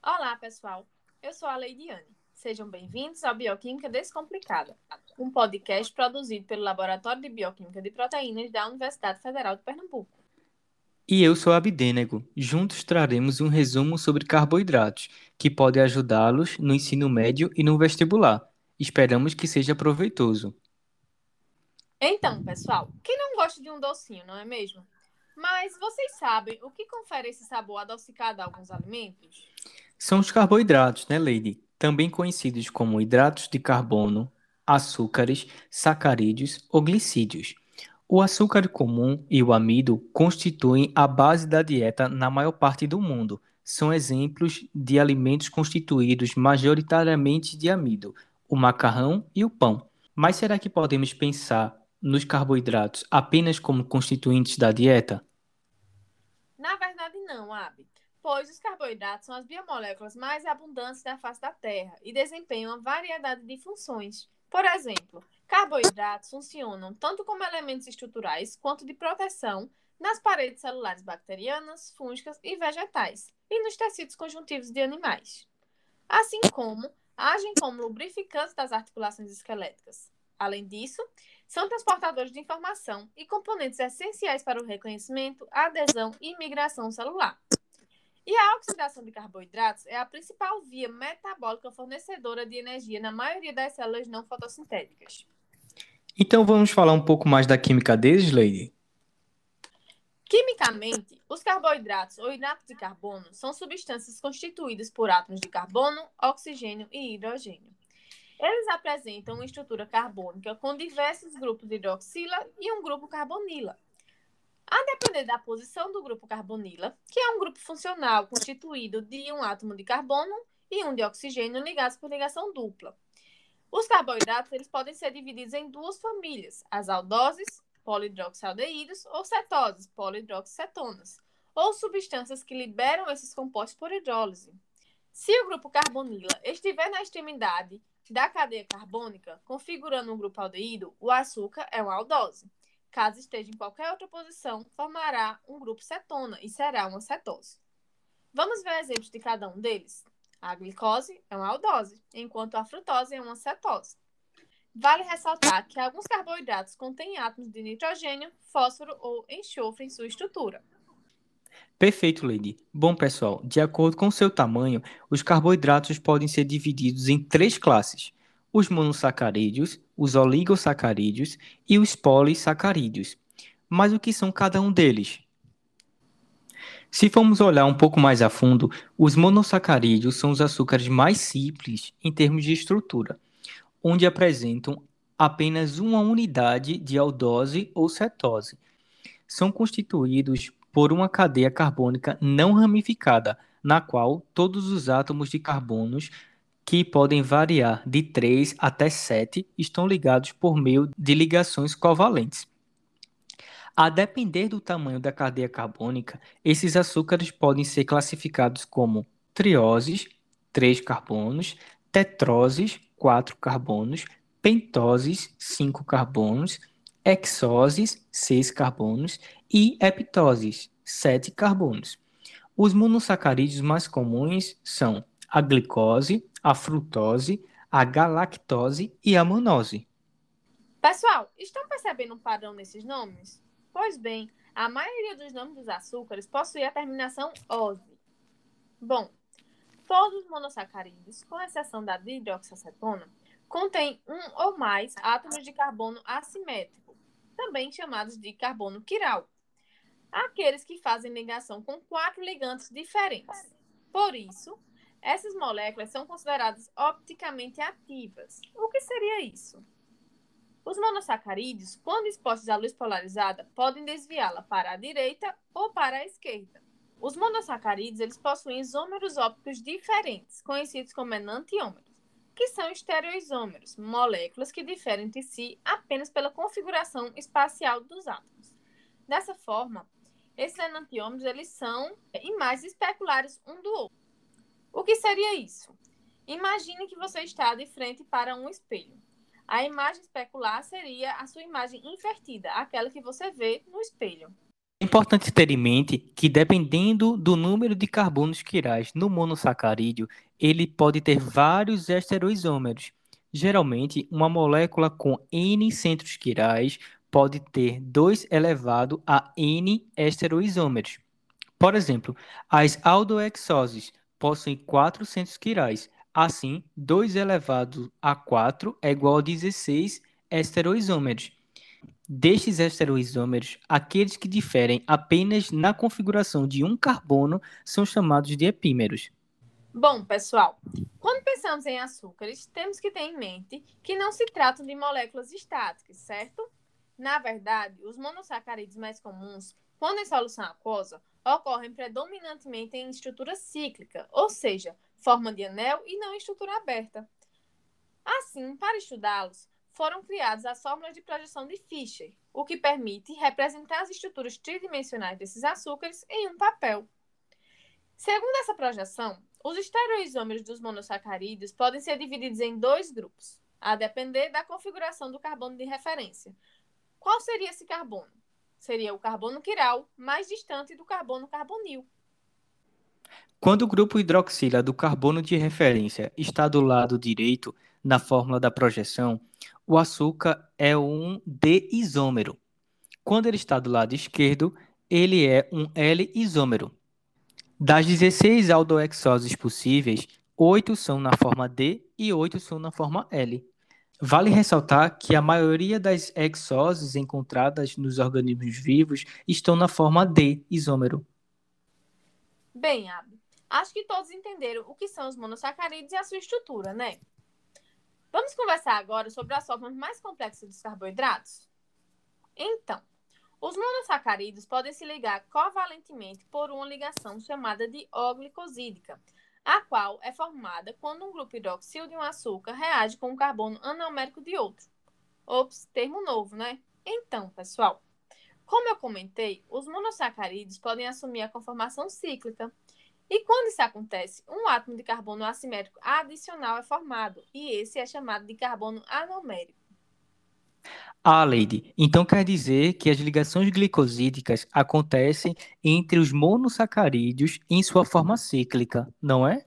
Olá, pessoal. Eu sou a Leidiane. Sejam bem-vindos ao Bioquímica Descomplicada, um podcast produzido pelo Laboratório de Bioquímica de Proteínas da Universidade Federal de Pernambuco. E eu sou Abdênego. Juntos traremos um resumo sobre carboidratos, que pode ajudá-los no ensino médio e no vestibular. Esperamos que seja proveitoso. Então, pessoal, quem não gosta de um docinho, não é mesmo? Mas vocês sabem o que confere esse sabor adocicado a alguns alimentos? São os carboidratos, né, Lady? Também conhecidos como hidratos de carbono, açúcares, sacarídeos ou glicídios. O açúcar comum e o amido constituem a base da dieta na maior parte do mundo. São exemplos de alimentos constituídos majoritariamente de amido, o macarrão e o pão. Mas será que podemos pensar nos carboidratos apenas como constituintes da dieta? Na verdade, não, Ab, pois os carboidratos são as biomoléculas mais abundantes da face da Terra e desempenham uma variedade de funções. Por exemplo, carboidratos funcionam tanto como elementos estruturais quanto de proteção nas paredes celulares bacterianas, fúngicas e vegetais, e nos tecidos conjuntivos de animais, assim como agem como lubrificantes das articulações esqueléticas. Além disso, são transportadores de informação e componentes essenciais para o reconhecimento, adesão e migração celular. E a oxidação de carboidratos é a principal via metabólica fornecedora de energia na maioria das células não fotossintéticas. Então vamos falar um pouco mais da química deles, Lady? Quimicamente, os carboidratos ou hidratos de carbono são substâncias constituídas por átomos de carbono, oxigênio e hidrogênio. Eles apresentam uma estrutura carbônica com diversos grupos de hidroxila e um grupo carbonila. A depender da posição do grupo carbonila, que é um grupo funcional constituído de um átomo de carbono e um de oxigênio ligados por ligação dupla. Os carboidratos eles podem ser divididos em duas famílias, as aldoses, polihidroxialdeídos, ou cetoses, polihidroxicetonas, ou substâncias que liberam esses compostos por hidrólise. Se o grupo carbonila estiver na extremidade da cadeia carbônica, configurando um grupo aldeído, o açúcar é uma aldose. Caso esteja em qualquer outra posição, formará um grupo cetona e será uma cetose. Vamos ver exemplos de cada um deles? A glicose é uma aldose, enquanto a frutose é uma cetose. Vale ressaltar que alguns carboidratos contêm átomos de nitrogênio, fósforo ou enxofre em sua estrutura. Perfeito, Lady. Bom, pessoal, de acordo com seu tamanho, os carboidratos podem ser divididos em três classes: os monossacarídeos, os oligosacarídeos e os polissacarídeos. Mas o que são cada um deles? Se formos olhar um pouco mais a fundo, os monossacarídeos são os açúcares mais simples em termos de estrutura, onde apresentam apenas uma unidade de aldose ou cetose. São constituídos por uma cadeia carbônica não ramificada, na qual todos os átomos de carbonos, que podem variar de 3 até 7, estão ligados por meio de ligações covalentes. A depender do tamanho da cadeia carbônica, esses açúcares podem ser classificados como trioses, 3 carbonos, tetroses, 4 carbonos, pentoses, 5 carbonos, hexoses, 6 carbonos e heptoses, 7 carbonos. Os monossacarídeos mais comuns são a glicose, a frutose, a galactose e a manose. Pessoal, estão percebendo um padrão nesses nomes? Pois bem, a maioria dos nomes dos açúcares possui a terminação "ose". Bom, todos os monossacarídeos, com exceção da dihidroxiacetona, contêm um ou mais átomos de carbono assimétrico, também chamados de carbono quiral, aqueles que fazem ligação com 4 ligantes diferentes. Por isso, essas moléculas são consideradas opticamente ativas. O que seria isso? Os monossacarídeos, quando expostos à luz polarizada, podem desviá-la para a direita ou para a esquerda. Os monossacarídeos eles possuem isômeros ópticos diferentes, conhecidos como enantiômeros, que são estereoisômeros, moléculas que diferem entre si apenas pela configuração espacial dos átomos. Dessa forma, esses enantiômeros eles são imagens especulares um do outro. O que seria isso? Imagine que você está de frente para um espelho. A imagem especular seria a sua imagem invertida, aquela que você vê no espelho. É importante ter em mente que, dependendo do número de carbonos quirais no monossacarídeo, ele pode ter vários estereoisômeros. Geralmente, uma molécula com N centros quirais pode ter 2 elevado a N estereoisômeros. Por exemplo, as aldohexoses possuem 4 centros quirais. Assim, 2 elevado a 4 é igual a 16 estereoisômeros. Destes estereoisômeros, aqueles que diferem apenas na configuração de um carbono são chamados de epímeros. Bom, pessoal, quando pensamos em açúcares, temos que ter em mente que não se tratam de moléculas estáticas, certo? Na verdade, os monossacarídeos mais comuns, quando em solução aquosa, ocorrem predominantemente em estrutura cíclica, ou seja, forma de anel e não em estrutura aberta. Assim, para estudá-los, foram criadas as fórmulas de projeção de Fischer, o que permite representar as estruturas tridimensionais desses açúcares em um papel. Segundo essa projeção, os estereoisômeros dos monossacarídeos podem ser divididos em 2 grupos, a depender da configuração do carbono de referência. Qual seria esse carbono? Seria o carbono quiral mais distante do carbono carbonil. Quando o grupo hidroxila do carbono de referência está do lado direito na fórmula da projeção, o açúcar é um D-isômero. Quando ele está do lado esquerdo, ele é um L-isômero. Das 16 aldohexoses possíveis, 8 são na forma D e 8 são na forma L. Vale ressaltar que a maioria das hexoses encontradas nos organismos vivos estão na forma D isômero. Bem, Abi, acho que todos entenderam o que são os monossacarídeos e a sua estrutura, né? Vamos conversar agora sobre as formas mais complexas dos carboidratos? Então, os monossacarídeos podem se ligar covalentemente por uma ligação chamada de oglicosídica, a qual é formada quando um grupo hidroxil de um açúcar reage com um carbono anomérico de outro. Ops, termo novo, né? Então, pessoal, como eu comentei, os monossacarídeos podem assumir a conformação cíclica. E quando isso acontece, um átomo de carbono assimétrico adicional é formado, e esse é chamado de carbono anomérico. Ah, Lady, então quer dizer que as ligações glicosídicas acontecem entre os monossacarídeos em sua forma cíclica, não é?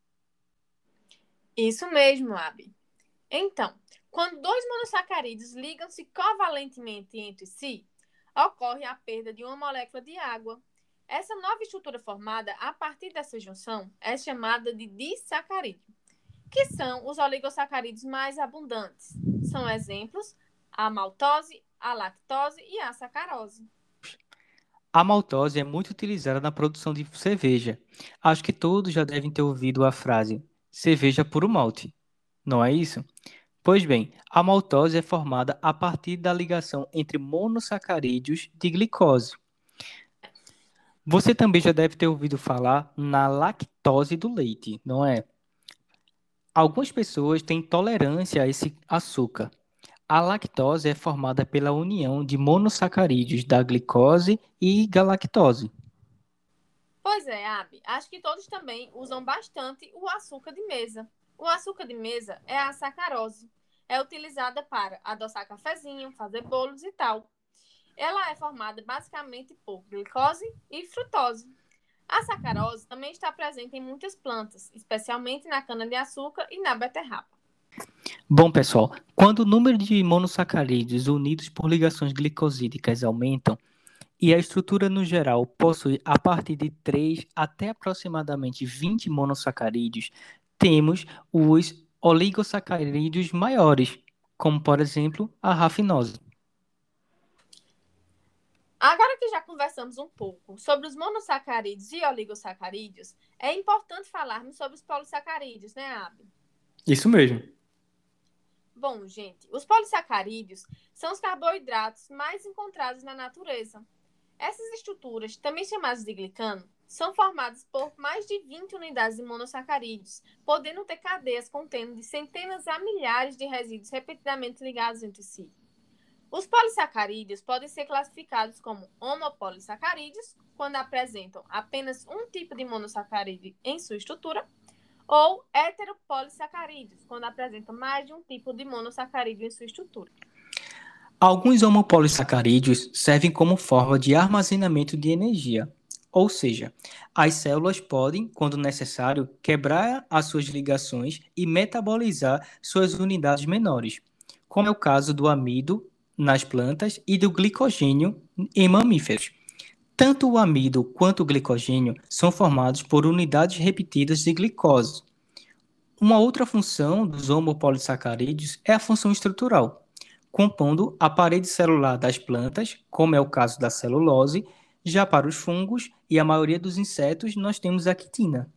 Isso mesmo, Abi. Então, quando dois monossacarídeos ligam-se covalentemente entre si, ocorre a perda de uma molécula de água. Essa nova estrutura formada a partir dessa junção é chamada de disacarídeo, que são os oligossacarídeos mais abundantes. São exemplos a maltose, a lactose e a sacarose. A maltose é muito utilizada na produção de cerveja. Acho que todos já devem ter ouvido a frase cerveja puro malte, não é isso? Pois bem, a maltose é formada a partir da ligação entre monossacarídeos de glicose. Você também já deve ter ouvido falar na lactose do leite, não é? Algumas pessoas têm intolerância a esse açúcar. A lactose é formada pela união de monossacarídeos da glicose e galactose. Pois é, Abi, acho que todos também usam bastante o açúcar de mesa. O açúcar de mesa é a sacarose. É utilizada para adoçar cafezinho, fazer bolos e tal. Ela é formada basicamente por glicose e frutose. A sacarose também está presente em muitas plantas, especialmente na cana-de-açúcar e na beterraba. Bom, pessoal, quando o número de monossacarídeos unidos por ligações glicosídicas aumentam, e a estrutura no geral possui a partir de 3 até aproximadamente 20 monossacarídeos, temos os oligossacarídeos maiores, como por exemplo a rafinose. Agora que já conversamos um pouco sobre os monossacarídeos e oligossacarídeos, é importante falarmos sobre os polissacarídeos, né, Abi? Isso mesmo. Bom, gente, os polissacarídeos são os carboidratos mais encontrados na natureza. Essas estruturas, também chamadas de glicano, são formadas por mais de 20 unidades de monossacarídeos, podendo ter cadeias contendo de centenas a milhares de resíduos repetidamente ligados entre si. Os polissacarídeos podem ser classificados como homopolissacarídeos, quando apresentam apenas um tipo de monossacarídeo em sua estrutura, ou heteropolissacarídeos, quando apresentam mais de um tipo de monossacarídeo em sua estrutura. Alguns homopolissacarídeos servem como forma de armazenamento de energia, ou seja, as células podem, quando necessário, quebrar as suas ligações e metabolizar suas unidades menores, como é o caso do amido nas plantas e do glicogênio em mamíferos. Tanto o amido quanto o glicogênio são formados por unidades repetidas de glicose. Uma outra função dos homopolissacarídeos é a função estrutural, compondo a parede celular das plantas, como é o caso da celulose. Já para os fungos e a maioria dos insetos, nós temos a quitina.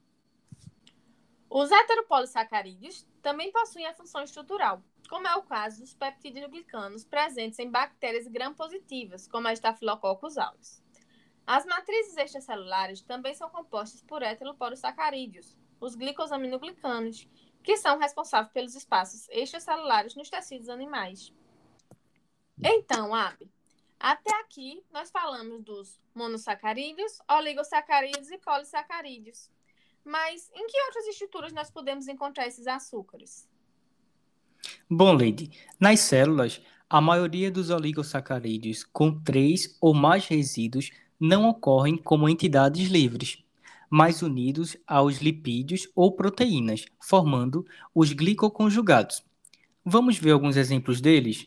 Os heteropolissacarídeos também possuem a função estrutural, como é o caso dos peptidoglicanos presentes em bactérias gram-positivas, como a Staphylococcus aureus. As matrizes extracelulares também são compostas por heteropolissacarídeos, os glicosaminoglicanos, que são responsáveis pelos espaços extracelulares nos tecidos animais. Então, Abi, até aqui nós falamos dos monossacarídeos, oligosacarídeos e polissacarídeos. Mas em que outras estruturas nós podemos encontrar esses açúcares? Bom, Lady, nas células, a maioria dos oligosacarídeos com 3 ou mais resíduos não ocorrem como entidades livres, mas unidos aos lipídios ou proteínas, formando os glicoconjugados. Vamos ver alguns exemplos deles?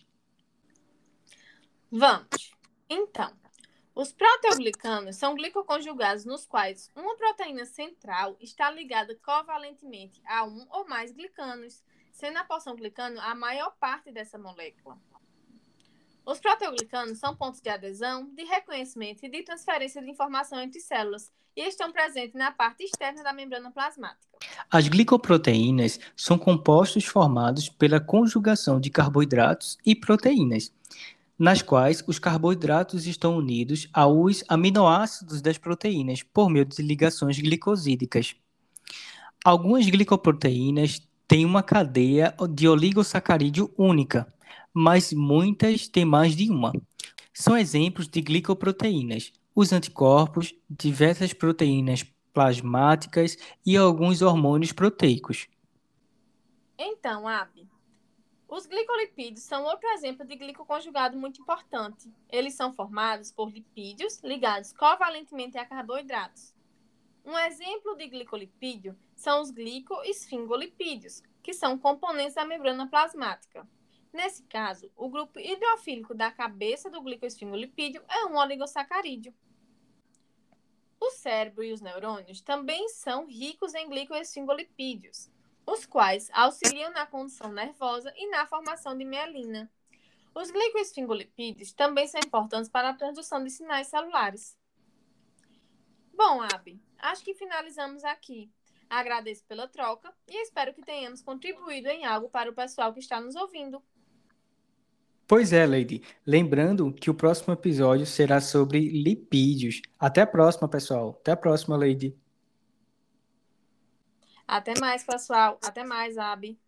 Vamos. Então, os proteoglicanos são glicoconjugados nos quais uma proteína central está ligada covalentemente a um ou mais glicanos, sendo a porção glicano a maior parte dessa molécula. Os proteoglicanos são pontos de adesão, de reconhecimento e de transferência de informação entre células e estão presentes na parte externa da membrana plasmática. As glicoproteínas são compostos formados pela conjugação de carboidratos e proteínas, nas quais os carboidratos estão unidos aos aminoácidos das proteínas por meio de ligações glicosídicas. Algumas glicoproteínas têm uma cadeia de oligossacarídeo única, mas muitas têm mais de uma. São exemplos de glicoproteínas, os anticorpos, diversas proteínas plasmáticas e alguns hormônios proteicos. Então, Abi, os glicolipídios são outro exemplo de glicoconjugado muito importante. Eles são formados por lipídios ligados covalentemente a carboidratos. Um exemplo de glicolipídio são os glicoesfingolipídios, que são componentes da membrana plasmática. Nesse caso, o grupo hidrofílico da cabeça do glicoesfingolipídio é um oligossacarídeo. O cérebro e os neurônios também são ricos em glicoesfingolipídios, os quais auxiliam na condução nervosa e na formação de mielina. Os glicoesfingolipídios também são importantes para a transdução de sinais celulares. Bom, Abi, acho que finalizamos aqui. Agradeço pela troca e espero que tenhamos contribuído em algo para o pessoal que está nos ouvindo. Pois é, Lady. Lembrando que o próximo episódio será sobre lipídios. Até a próxima, pessoal. Até a próxima, Lady. Até mais, pessoal. Até mais, Abi.